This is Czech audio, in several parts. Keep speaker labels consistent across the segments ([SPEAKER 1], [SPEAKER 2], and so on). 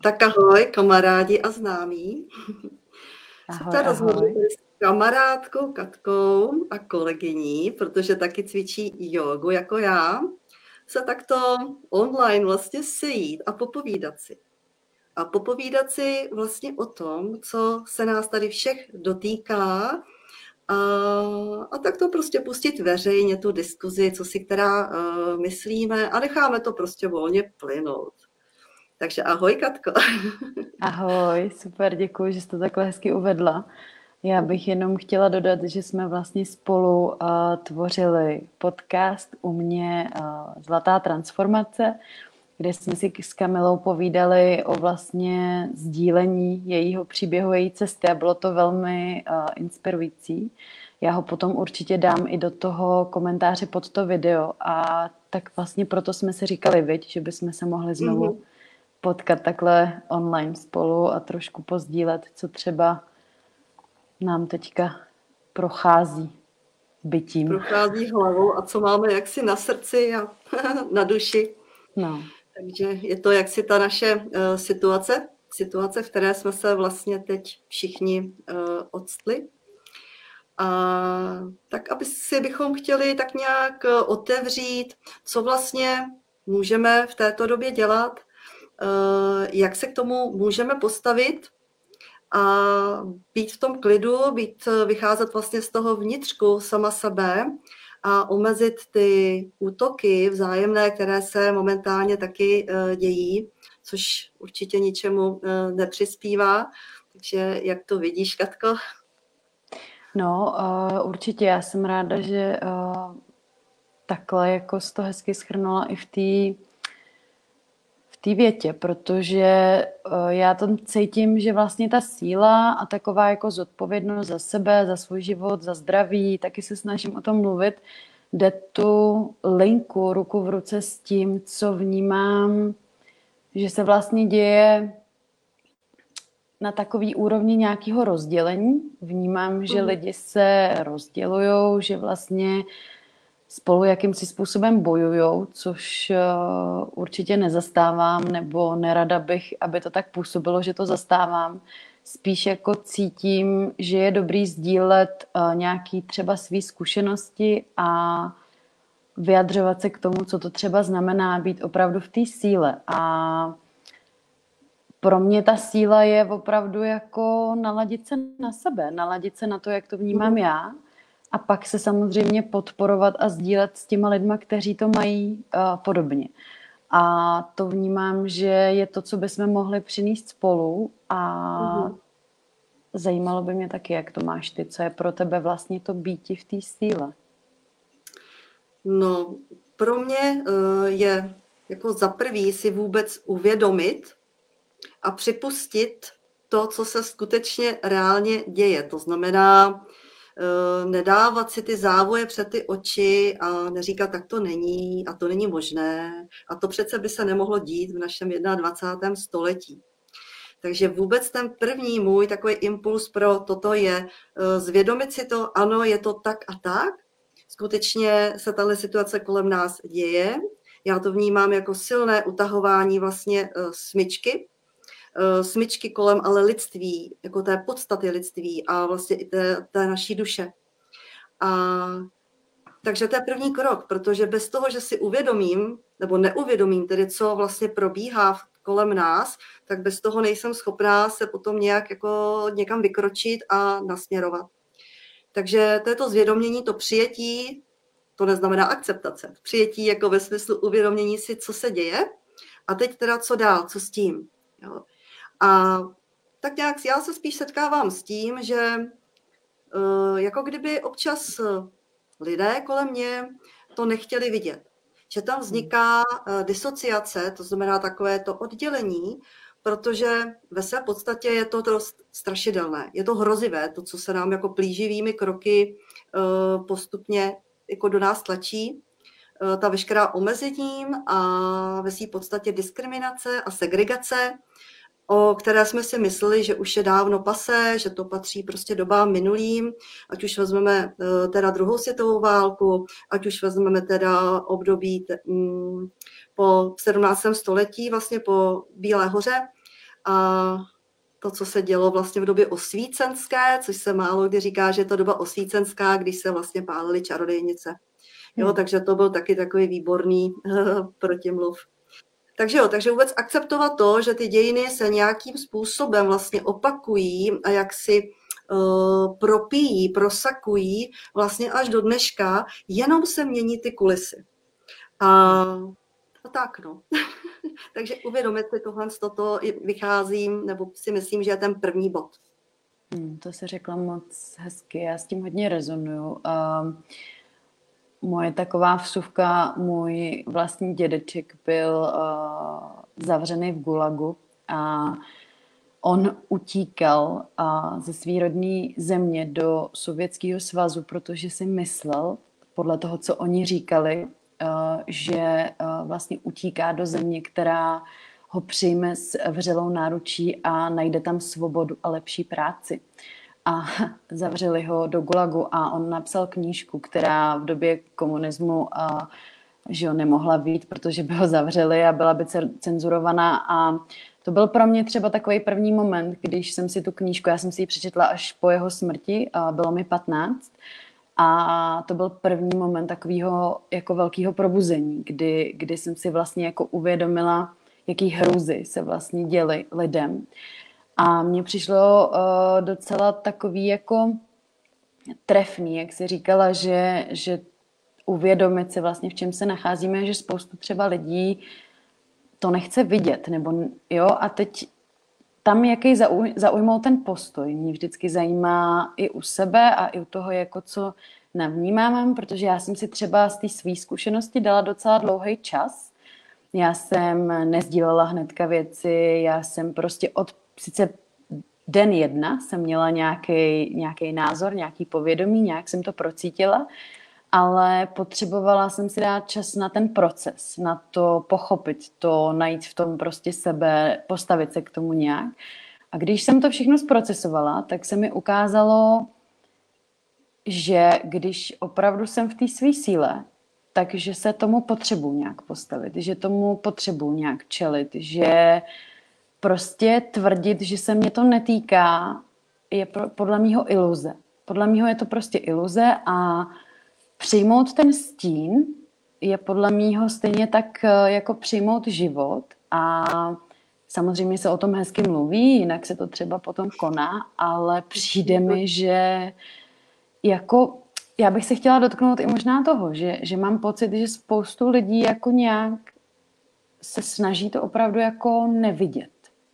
[SPEAKER 1] Tak ahoj, kamarádi a známí.
[SPEAKER 2] Ahoj,
[SPEAKER 1] Super rozhovor
[SPEAKER 2] ahoj.
[SPEAKER 1] tady s kamarádkou Katkou a kolegyní, protože taky cvičí jogu jako já, se takto online vlastně sejít a popovídat si. A popovídat si vlastně o tom, co se nás tady všech dotýká, a, a tak to prostě pustit veřejně, tu diskuzi, co si která myslíme a necháme to prostě volně plynout. Takže ahoj, Katko.
[SPEAKER 2] Ahoj, super, děkuji, že jsi to takhle hezky uvedla. Já bych jenom chtěla dodat, že jsme vlastně spolu tvořili podcast u mě Zlatá transformace, kde jsme si s Kamilou povídali o vlastně sdílení jejího příběhu, její cesty a bylo to velmi inspirující. Já ho potom určitě dám i do toho komentáře pod to video a tak vlastně proto jsme si říkali, viď, že bychom se mohli znovu potkat takhle online spolu a trošku pozdílet, co třeba nám teďka prochází bytím.
[SPEAKER 1] Prochází hlavou a co máme jaksi na srdci a na duši.
[SPEAKER 2] No.
[SPEAKER 1] Takže je to jaksi ta naše situace, v které jsme se vlastně teď všichni odstli. A tak bychom chtěli tak nějak otevřít, co vlastně můžeme v této době dělat, jak se k tomu můžeme postavit a být v tom klidu, vycházet vlastně z toho vnitřku sama sebe a omezit ty útoky vzájemné, které se momentálně taky dějí, což určitě ničemu nepřispívá. Takže jak to vidíš, Katko?
[SPEAKER 2] No, určitě. Já jsem ráda, že takhle jako jsi to hezky shrnula i v té větě, protože já tam cítím, že vlastně ta síla a taková jako zodpovědnost za sebe, za svůj život, za zdraví, taky se snažím o tom mluvit, jde tu linku ruku v ruce s tím, co vnímám, že se vlastně děje na takový úrovni nějakého rozdělení. Vnímám, že lidi se rozdělujou, že vlastně spolu jakýmsi způsobem bojujou, což určitě nezastávám, nebo nerada bych, aby to tak působilo, že to zastávám. Spíš jako cítím, že je dobrý sdílet nějaký třeba svý zkušenosti a vyjadřovat se k tomu, co to třeba znamená být opravdu v té síle. A pro mě ta síla je opravdu jako naladit se na sebe, naladit se na to, jak to vnímám já a pak se samozřejmě podporovat a sdílet s těma lidma, kteří to mají podobně. A to vnímám, že je to, co bychom mohli přinést spolu a zajímalo by mě taky, jak to máš ty, co je pro tebe vlastně to býti v té síle.
[SPEAKER 1] No, pro mě je jako za prvý si vůbec uvědomit a připustit to, co se skutečně reálně děje. To znamená nedávat si ty závoje před ty oči a neříkat, tak to není a to není možné a to přece by se nemohlo dít v našem 21. století. Takže vůbec ten první můj takový impuls pro toto je zvědomit si to, ano, je to tak a tak, skutečně se tahle situace kolem nás děje. Já to vnímám jako silné utahování vlastně smyčky kolem ale lidství, jako té podstaty lidství a vlastně i té naší duše. Takže to je první krok, protože bez toho, že si uvědomím, nebo neuvědomím tedy, co vlastně probíhá kolem nás, tak bez toho nejsem schopná se potom nějak jako někam vykročit a nasměrovat. Takže to je to zvědomění, to přijetí, to neznamená akceptace. Přijetí jako ve smyslu uvědomění si, co se děje a teď teda co dál, co s tím. Jo. A tak nějak já se spíš setkávám s tím, že jako kdyby občas lidé kolem mě to nechtěli vidět. Že tam vzniká disociace, to znamená takové to oddělení, protože ve své podstatě je to dost strašidelné. Je to hrozivé, to, co se nám jako plíživými kroky postupně jako do nás tlačí. Ta veškerá omezením a ve své podstatě diskriminace a segregace, o které jsme si mysleli, že už je dávno pasé, že to patří prostě dobám minulým, ať už vezmeme teda druhou světovou válku, ať už vezmeme teda období po 17. století, vlastně po Bílé hoře, a to, co se dělo vlastně v době osvícenské, což se málo kdy říká, že je to doba osvícenská, když se vlastně pálily čarodějnice. Jo, takže to byl taky takový výborný protimluv. Takže vůbec akceptovat to, že ty dějiny se nějakým způsobem vlastně opakují a jak si propíjí, prosakují vlastně až do dneška, jenom se mění ty kulisy. A tak no. Takže uvědomit si tohle, toto vycházím, nebo si myslím, že je ten první bod.
[SPEAKER 2] To se řekla moc hezky, já s tím hodně rezonuju. Moje taková vsuvka, můj vlastní dědeček byl zavřený v gulagu a on utíkal ze své rodné země do Sovětského svazu, protože si myslel, podle toho, co oni říkali, že vlastně utíká do země, která ho přijme s vřelou náručí a najde tam svobodu a lepší práci. A zavřeli ho do gulagu a on napsal knížku, která v době komunismu že ho nemohla být, protože by ho zavřeli a byla by cenzurovaná. A to byl pro mě třeba takový první moment, když jsem si tu knížku, já jsem si ji přečetla až po jeho smrti, bylo mi 15. A to byl první moment takového jako velkého probuzení, kdy jsem si vlastně jako uvědomila, jaký hrůzy se vlastně děly lidem. A mně přišlo docela takový jako trefný, jak jsi říkala, že uvědomit si vlastně, v čem se nacházíme, že spoustu třeba lidí to nechce vidět, nebo jo, a teď tam, jaký zaujmout ten postoj, mě vždycky zajímá i u sebe a i u toho, jako co navnímám, protože já jsem si třeba z té své zkušenosti dala docela dlouhý čas. Já jsem nezdílela hnedka věci, já jsem prostě sice den 1 jsem měla nějaký názor, nějaký povědomí, nějak jsem to procítila, ale potřebovala jsem si dát čas na ten proces, na to pochopit to, najít v tom prostě sebe, postavit se k tomu nějak. A když jsem to všechno zprocesovala, tak se mi ukázalo, že když opravdu jsem v té své síle, takže se tomu potřebuji nějak postavit, že tomu potřebuji nějak čelit, že prostě tvrdit, že se mě to netýká, je podle mýho iluze. Podle mýho je to prostě iluze a přijmout ten stín je podle mýho stejně tak jako přijmout život a samozřejmě se o tom hezky mluví, jinak se to třeba potom koná, ale přijde mi, že jako já bych se chtěla dotknout i možná toho, že mám pocit, že spoustu lidí jako nějak se snaží to opravdu jako nevidět.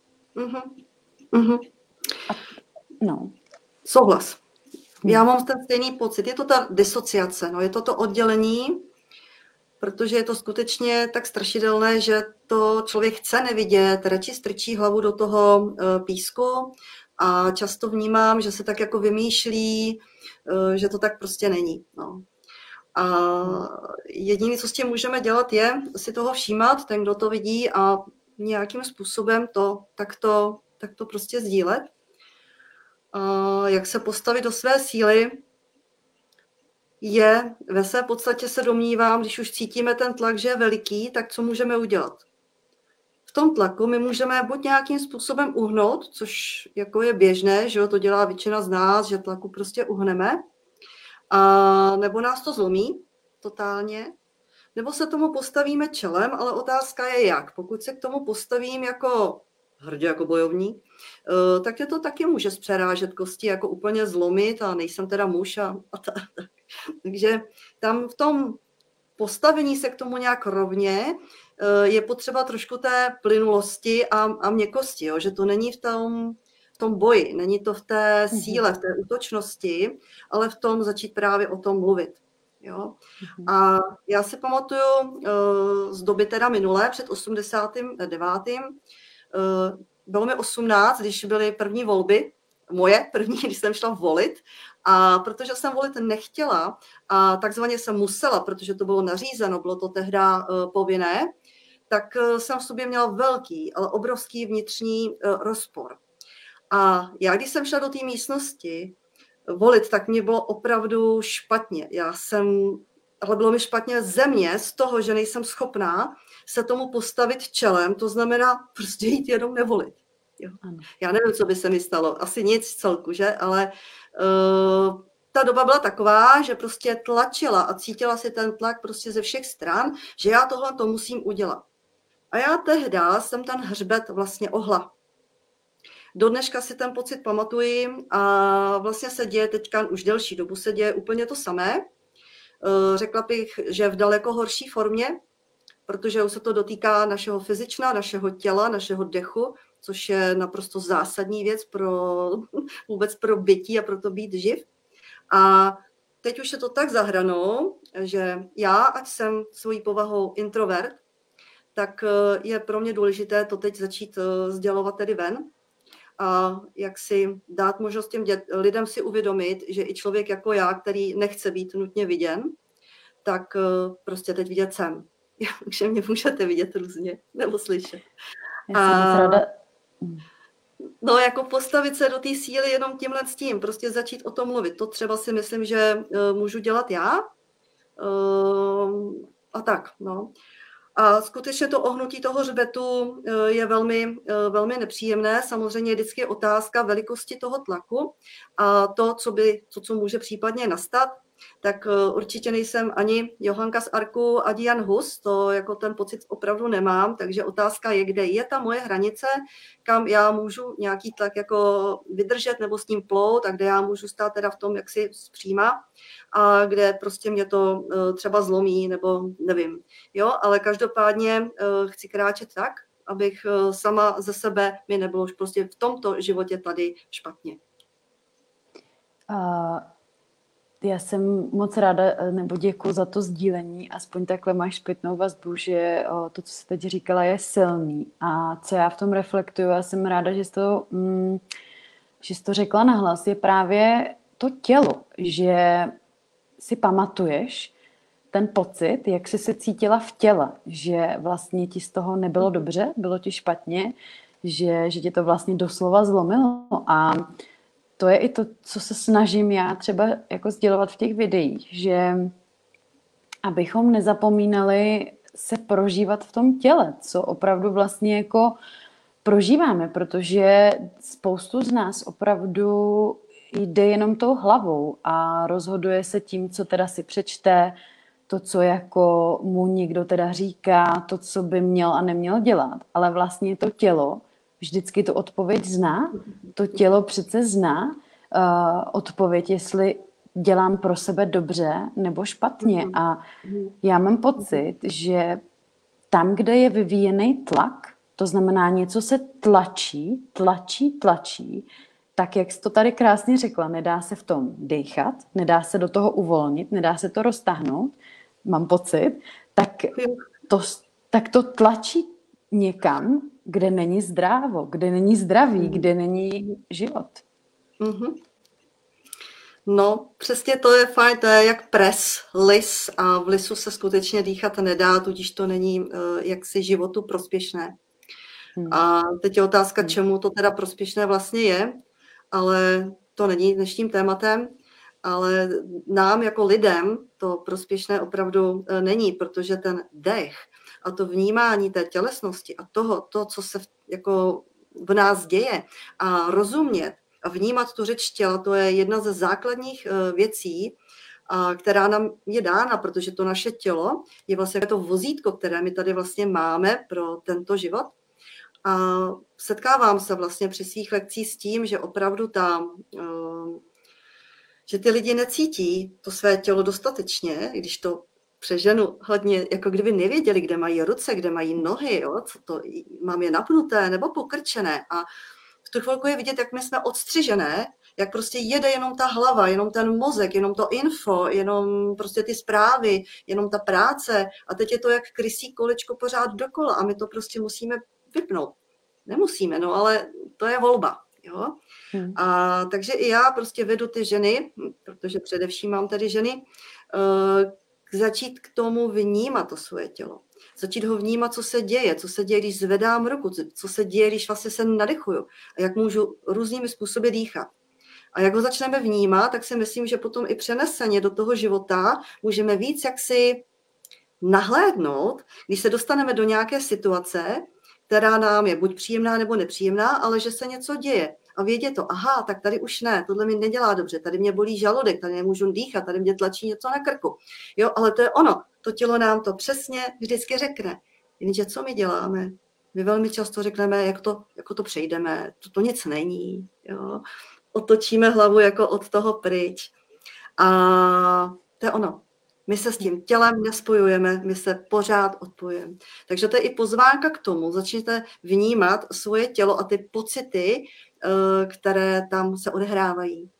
[SPEAKER 2] A, no.
[SPEAKER 1] Souhlas. Já mám ten stejný pocit. Je to ta disociace, no, je to oddělení, protože je to skutečně tak strašidelné, že to člověk chce nevidět, radši strčí hlavu do toho písku a často vnímám, že se tak jako vymýšlí, že to tak prostě není. No. A jediné, co s tím můžeme dělat, je si toho všímat, ten, kdo to vidí a nějakým způsobem to takto prostě sdílet. Jak se postavit do své síly, je ve své podstatě se domnívám, když už cítíme ten tlak, že je veliký, tak co můžeme udělat? V tom tlaku my můžeme buď nějakým způsobem uhnout, což jako je běžné, že jo, to dělá většina z nás, že tlaku prostě uhneme, a nebo nás to zlomí totálně, nebo se tomu postavíme čelem, ale otázka je jak. Pokud se k tomu postavím jako hrdě, jako bojovník, tak tě to taky může zpřerážet kosti, jako úplně zlomit a nejsem teda muž a tak. Takže tam v tom postavení se k tomu nějak rovně je potřeba trošku té plynulosti a měkkosti, jo? Že to není v tom boji, není to v té síle, v té útočnosti, ale v tom začít právě o tom mluvit. Jo? A já si pamatuju z doby teda minulé, před 89. Bylo mi 18, když byly první volby, moje první, když jsem šla volit, a protože jsem volit nechtěla a takzvaně jsem musela, protože to bylo nařízeno, bylo to tehdy povinné, tak jsem v sobě měla velký, ale obrovský vnitřní rozpor. A já, když jsem šla do té místnosti volit, tak mě bylo opravdu špatně. Ale bylo mi špatně ze mě, z toho, že nejsem schopná se tomu postavit čelem, to znamená prostě jít jenom nevolit. Jo.
[SPEAKER 2] Ano.
[SPEAKER 1] Já nevím, co by se mi stalo. Asi nic v celku, že? Ale ta doba byla taková, že prostě tlačila a cítila si ten tlak prostě ze všech stran, že já tohle to musím udělat. A já tehda jsem ten hřbet vlastně ohla. Do dneška si ten pocit pamatuji a vlastně se děje teďka už delší dobu se děje úplně to samé. Řekla bych, že v daleko horší formě, protože už se to dotýká našeho fyzična, našeho těla, našeho dechu, což je naprosto zásadní věc vůbec pro bytí a pro to být živ. A teď už je to tak za hranou, že já, ať jsem svojí povahou introvert, tak je pro mě důležité to teď začít sdělovat tedy ven a jak si dát možnost těm lidem si uvědomit, že i člověk jako já, který nechce být nutně viděn, tak prostě teď vidět jsem. Takže mě můžete vidět různě nebo slyšet.
[SPEAKER 2] Já jsem moc ráda.
[SPEAKER 1] No, jako postavit se do té síly jenom tímhle s tím, prostě začít o tom mluvit. To třeba si myslím, že můžu dělat já. A tak, no. A skutečně to ohnutí toho hřbetu je velmi, velmi nepříjemné. Samozřejmě je vždycky otázka velikosti toho tlaku a to, co může případně nastat. Tak určitě nejsem ani Johanka z Arku, ani Jan Hus, to jako ten pocit opravdu nemám, takže otázka je, kde je ta moje hranice, kam já můžu nějaký tlak jako vydržet nebo s ním plout a kde já můžu stát teda v tom, jak si zpříma a kde prostě mě to třeba zlomí nebo nevím. Jo, ale každopádně chci kráčet tak, abych sama ze sebe mi nebylo už prostě v tomto životě tady špatně.
[SPEAKER 2] Já jsem moc ráda, nebo děkuji za to sdílení, aspoň takhle máš zpětnou vazbu, že to, co jsi teď říkala, je silný. A co já v tom reflektuju, já jsem ráda, že jsi to řekla nahlas, je právě to tělo, že si pamatuješ ten pocit, jak jsi se cítila v těle, že vlastně ti z toho nebylo dobře, bylo ti špatně, že tě to vlastně doslova zlomilo a to je i to, co se snažím já třeba jako sdělovat v těch videích, že abychom nezapomínali se prožívat v tom těle, co opravdu vlastně jako prožíváme, protože spoustu z nás opravdu jde jenom tou hlavou a rozhoduje se tím, co teda si přečte, to, co jako mu někdo teda říká, to, co by měl a neměl dělat. Ale vlastně to tělo vždycky tu odpověď zná. To tělo přece zná odpověď, jestli dělám pro sebe dobře nebo špatně. A já mám pocit, že tam, kde je vyvíjený tlak, to znamená něco se tlačí, tak jak jsi to tady krásně řekla, nedá se v tom dechat, nedá se do toho uvolnit, nedá se to roztáhnout, mám pocit, tak to tlačí někam, kde není zdrávo, kde není zdraví, kde není život.
[SPEAKER 1] Mm-hmm. No, přesně to je fajn, to je jak lis a v lisu se skutečně dýchat nedá, tudíž to není jaksi životu prospěšné. A teď je otázka, čemu to teda prospěšné vlastně je, ale to není dnešním tématem, ale nám jako lidem to prospěšné opravdu není, protože ten dech a to vnímání té tělesnosti a to, co se jako v nás děje a rozumět a vnímat tu řeč těla, to je jedna ze základních věcí, která nám je dána, protože to naše tělo je vlastně to vozítko, které my tady vlastně máme pro tento život. A setkávám se vlastně při svých lekcích s tím, že opravdu že ty lidi necítí to své tělo dostatečně, když to přeženu hladně, jako kdyby nevěděli, kde mají ruce, kde mají nohy, jo, co to, mám je napnuté nebo pokrčené. A v tu chvilku je vidět, jak my jsme odstřižené, jak prostě jede jenom ta hlava, jenom ten mozek, jenom to info, jenom prostě ty zprávy, jenom ta práce. A teď je to jak krysí kolečko pořád dokola a my to prostě musíme vypnout. Nemusíme, no ale to je volba. Jo? A takže i já prostě vedu ty ženy, protože především mám tady ženy, začít k tomu vnímat to svoje tělo. Začít ho vnímat, co se děje, když zvedám ruku, co se děje, když vlastně se nadechuju a jak můžu různými způsoby dýchat. A jak ho začneme vnímat, tak si myslím, že potom i přeneseně do toho života můžeme víc jaksi nahlédnout, když se dostaneme do nějaké situace, která nám je buď příjemná nebo nepříjemná, ale že se něco děje. A vědět to, aha, tak tady už ne, tohle mi nedělá dobře, tady mě bolí žaludek, tady nemůžu dýchat, tady mě tlačí něco na krku. Jo, ale to je ono, to tělo nám to přesně vždycky řekne. Jenže co my děláme? My velmi často řekneme, jako to přejdeme, to nic není. Jo? Otočíme hlavu jako od toho pryč. A to je ono. My se s tím tělem nespojujeme, my se pořád odpojujeme. Takže to je i pozvánka k tomu, začněte vnímat svoje tělo a ty pocity, které tam se odehrávají.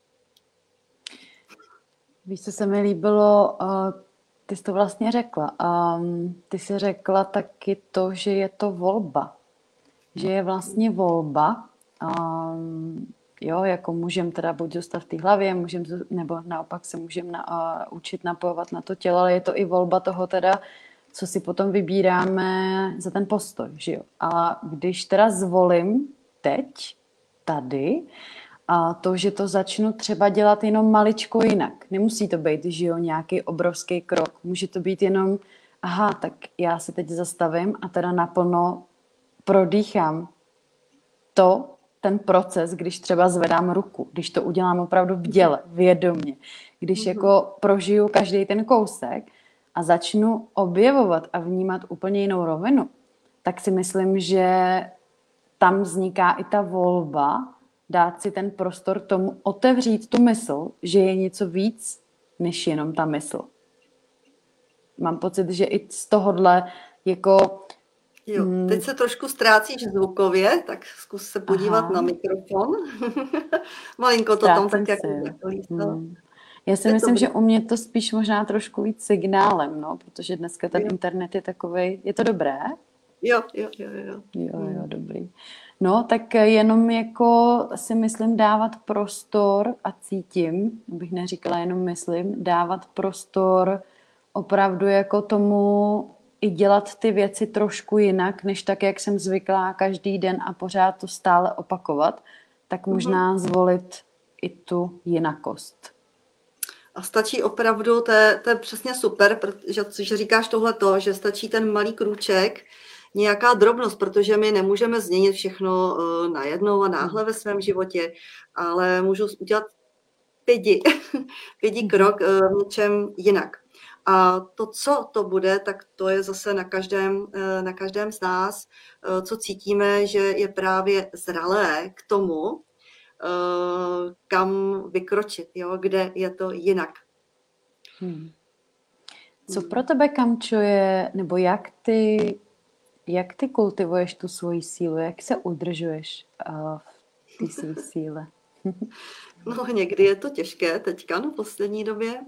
[SPEAKER 2] Víš, co se mi líbilo, ty jsi to vlastně řekla. Ty jsi řekla taky to, že je to volba. Že je vlastně volba. Jo, jako můžem teda buď zůstat v té hlavě, nebo naopak se můžeme učit napojovat na to tělo, ale je to i volba toho teda, co si potom vybíráme za ten postoj, že jo. A když teda zvolím teď, tady, a to, že to začnu třeba dělat jenom maličko jinak. Nemusí to být, že jo, nějaký obrovský krok. Může to být jenom, aha, tak já se teď zastavím a teda naplno prodýchám ten proces, když třeba zvedám ruku, když to udělám opravdu v děle, vědomě, když jako prožiju každý ten kousek a začnu objevovat a vnímat úplně jinou rovinu, tak si myslím, že tam vzniká i ta volba dát si ten prostor tomu otevřít tu mysl, že je něco víc, než jenom ta mysl. Mám pocit, že i z tohohle jako...
[SPEAKER 1] Jo, teď se trošku ztrácíš zvukově, tak zkus se podívat na mikrofon. Malinko to tam tak jako zakolísalo.
[SPEAKER 2] Já si myslím, že u mě to spíš možná trošku víc signálem, no, protože dneska ten internet je takovej, je to dobré?
[SPEAKER 1] Jo,
[SPEAKER 2] dobrý. No, tak jenom jako si myslím dávat prostor a cítím, bych neříkala jenom myslím, dávat prostor opravdu jako tomu i dělat ty věci trošku jinak, než tak, jak jsem zvyklá každý den a pořád to stále opakovat, tak možná zvolit i tu jinakost.
[SPEAKER 1] A stačí opravdu, to je přesně super, protože říkáš tohleto, že stačí ten malý krůček, nějaká drobnost, protože my nemůžeme změnit všechno najednou a náhle ve svém životě, ale můžu udělat pěti krok v něčem jinak. A to, co to bude, tak to je zase na každém z nás, co cítíme, že je právě zralé k tomu, kam vykročit, jo? Kde je to jinak.
[SPEAKER 2] Co pro tebe, Kamčo, je, nebo jak ty kultivuješ tu svoji sílu, jak se udržuješ v té své síle?
[SPEAKER 1] No, někdy je to těžké teďka, no, v poslední době,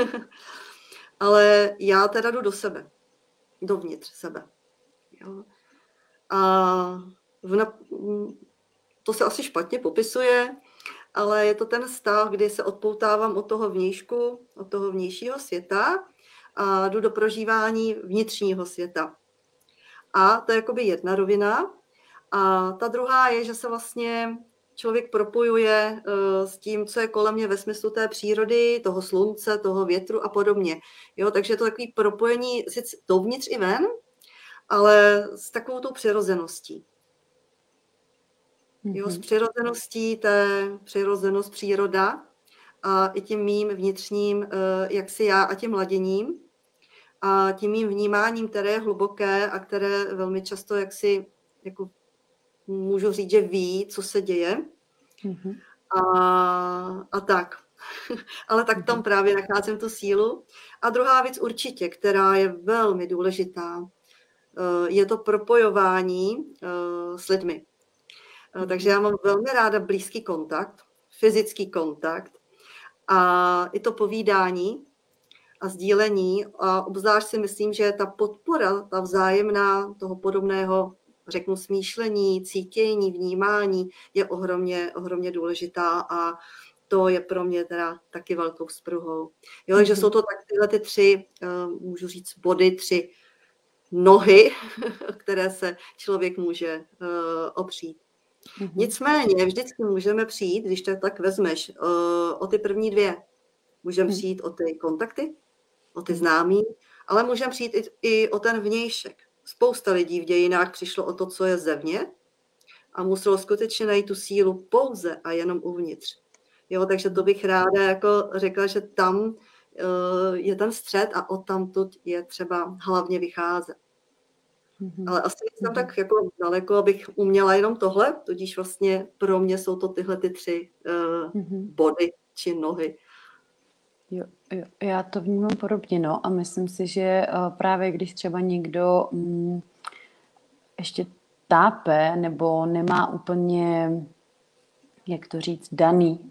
[SPEAKER 1] ale já teda jdu do sebe, dovnitř sebe. Jo? A to se asi špatně popisuje, ale je to ten stav, kdy se odpoutávám od toho vnějšku, od toho vnějšího světa a jdu do prožívání vnitřního světa. A to je jakoby jedna rovina. A ta druhá je, že se vlastně člověk propojuje s tím, co je kolem mě ve smyslu té přírody, toho slunce, toho větru a podobně. Jo, takže je to takový propojení sice dovnitř i ven, ale s takovou tou přirozeností. Jo, s přirozeností, to je přirozenost, příroda a i tím mým vnitřním, jaksi já a tím laděním a tím mým vnímáním, které je hluboké a které velmi často jaksi, jako můžu říct, že ví, co se děje a tak. Ale tak tam právě nacházím tu sílu. A druhá věc určitě, která je velmi důležitá, je to propojování s lidmi. Takže já mám velmi ráda blízký kontakt, fyzický kontakt a i to povídání a sdílení. A obzvlášť si myslím, že ta podpora, ta vzájemná toho podobného, řeknu, smýšlení, cítění, vnímání je ohromně důležitá a to je pro mě teda taky velkou spruhou. Jo, takže jsou to tak tyhle ty tři, můžu říct, body, tři nohy, které se člověk může opřít. Nicméně vždycky můžeme přijít, když to tak vezmeš, o ty první dvě. Můžeme přijít o ty kontakty, o ty známí, ale můžeme přijít i o ten vnějšek, spousta lidí v dějinách přišlo o to, co je zevně a muselo skutečně najít tu sílu pouze a jenom uvnitř. Jo, takže to bych ráda jako řekla, že tam je ten střed a odtamtud je třeba hlavně vycházet. Ale asi jsem tak jako daleko, abych uměla jenom tohle, tudíž vlastně pro mě jsou to tyhle ty 3 body či nohy.
[SPEAKER 2] Jo, já to vnímám podobně, no, a myslím si, že právě když třeba někdo ještě tápe nebo nemá úplně, jak to říct, daný,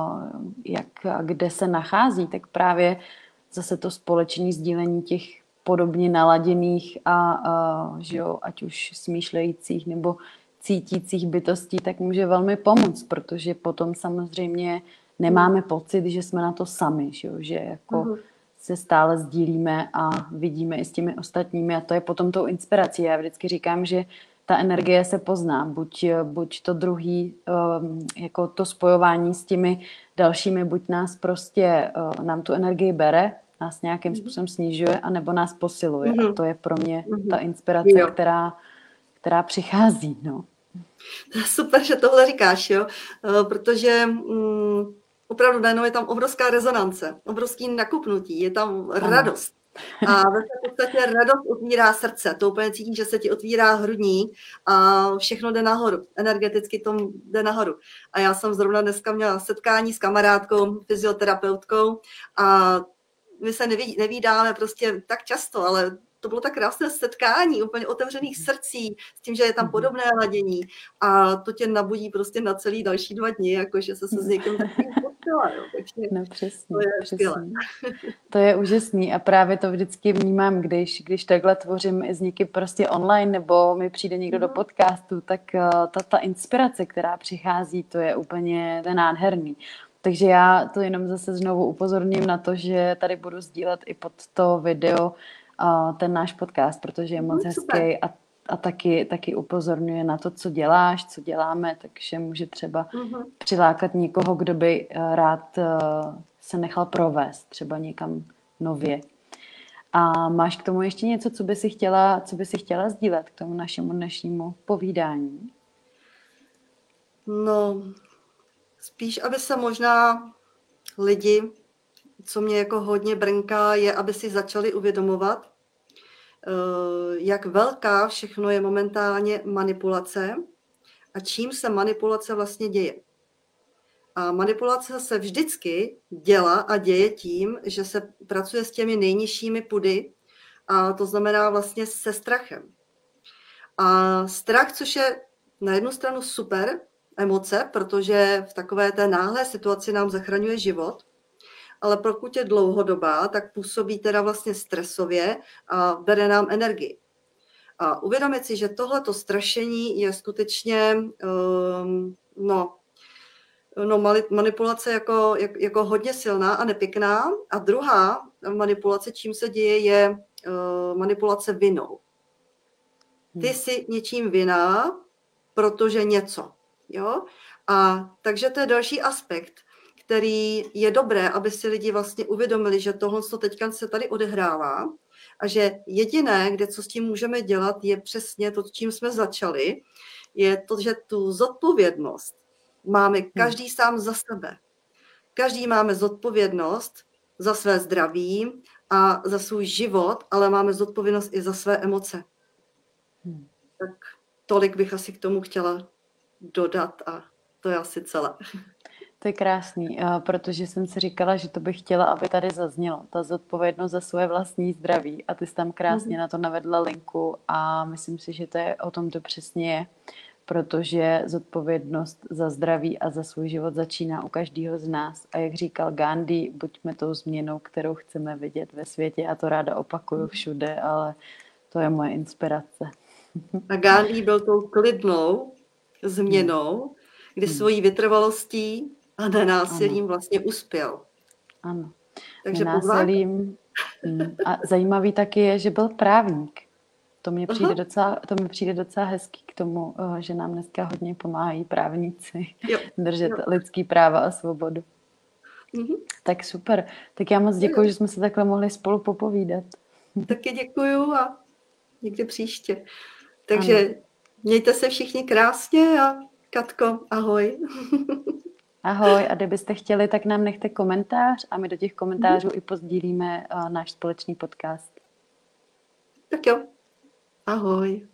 [SPEAKER 2] kde se nachází, tak právě zase to společné sdílení těch podobně naladěných že jo, ať už smýšlejících nebo cítících bytostí, tak může velmi pomoct, protože potom samozřejmě nemáme pocit, že jsme na to sami, že jo, že jako se stále sdílíme a vidíme i s těmi ostatními a to je potom tou inspirací. Já vždycky říkám, že ta energie se pozná, buď to druhý, jako to spojování s těmi dalšími, buď nás prostě, nám tu energii bere, nás nějakým způsobem snižuje, anebo nás posiluje. A to je pro mě ta inspirace, která přichází. No.
[SPEAKER 1] Super, že tohle říkáš, jo? Protože opravdu najednou je tam obrovská rezonance, obrovský nakupnutí, je tam radost. A v podstatě radost otvírá srdce, to úplně cítím, že se ti otvírá hrudník a všechno jde nahoru, energeticky to jde nahoru. A já jsem zrovna dneska měla setkání s kamarádkou, fyzioterapeutkou a my se nevídáme prostě tak často, ale to bylo tak krásné setkání, úplně otevřených srdcí, s tím, že je tam podobné ladění a to tě nabudí prostě na celý další 2 dny, jakože se s někým potkala.
[SPEAKER 2] No přesně, přesně. To je úžasný a právě to vždycky vnímám, když takhle tvořím i s někým prostě online nebo mi přijde někdo do podcastu, tak ta inspirace, která přichází, to je úplně nádherný. Takže já to jenom zase znovu upozorním na to, že tady budu sdílet i pod to video ten náš podcast, protože je moc hezký a taky upozorňuje na to, co děláš, co děláme, takže může třeba přilákat někoho, kdo by rád se nechal provést třeba někam nově. A máš k tomu ještě něco, co by si chtěla sdílet k tomu našemu dnešnímu povídání?
[SPEAKER 1] No, spíš, aby se možná lidi, co mě jako hodně brnká, je, aby si začali uvědomovat, jak velká všechno je momentálně manipulace a čím se manipulace vlastně děje. A manipulace se vždycky dělá a děje tím, že se pracuje s těmi nejnižšími pudy, a to znamená vlastně se strachem. A strach, což je na jednu stranu super emoce, protože v takové té náhlé situaci nám zachraňuje život, ale pokud je dlouhodobá, tak působí teda vlastně stresově a bere nám energii. A uvědomit si, že tohleto strašení je skutečně manipulace jako hodně silná a nepěkná. A druhá manipulace, čím se děje, je manipulace vinou. Ty jsi něčím vinná, protože něco. Jo? A takže to je další aspekt, který je dobré, aby si lidi vlastně uvědomili, že tohle, co teďka se tady odehrává a že jediné, kde co s tím můžeme dělat, je přesně to, čím jsme začali, je to, že tu zodpovědnost máme každý sám za sebe. Každý máme zodpovědnost za své zdraví a za svůj život, ale máme zodpovědnost i za své emoce. Tak tolik bych asi k tomu chtěla dodat a to je asi celé.
[SPEAKER 2] To je krásný, protože jsem si říkala, že to bych chtěla, aby tady zaznělo. Ta zodpovědnost za svoje vlastní zdraví. A ty jsi tam krásně na to navedla linku a myslím si, že to je o tom to přesně je. Protože zodpovědnost za zdraví a za svůj život začíná u každého z nás. A jak říkal Gandhi, buďme tou změnou, kterou chceme vidět ve světě. Já to ráda opakuju všude, ale to je moje inspirace.
[SPEAKER 1] A Gandhi byl tou klidnou změnou, kdy svojí vytrvalostí a nenásilím vlastně uspěl.
[SPEAKER 2] Ano.
[SPEAKER 1] Takže
[SPEAKER 2] nenásilím. A zajímavý taky je, že byl právník. To mi přijde docela hezký k tomu, že nám dneska hodně pomáhají právníci držet lidský práva a svobodu. Tak super. Tak já moc děkuji, že jsme se takhle mohli spolu popovídat.
[SPEAKER 1] Taky děkuju a někdy příště.
[SPEAKER 2] Ano.
[SPEAKER 1] Takže mějte se všichni krásně a Katko, ahoj.
[SPEAKER 2] Ahoj, a kdybyste chtěli, tak nám nechte komentář a my do těch komentářů i pozdílíme náš společný podcast.
[SPEAKER 1] Tak jo, ahoj.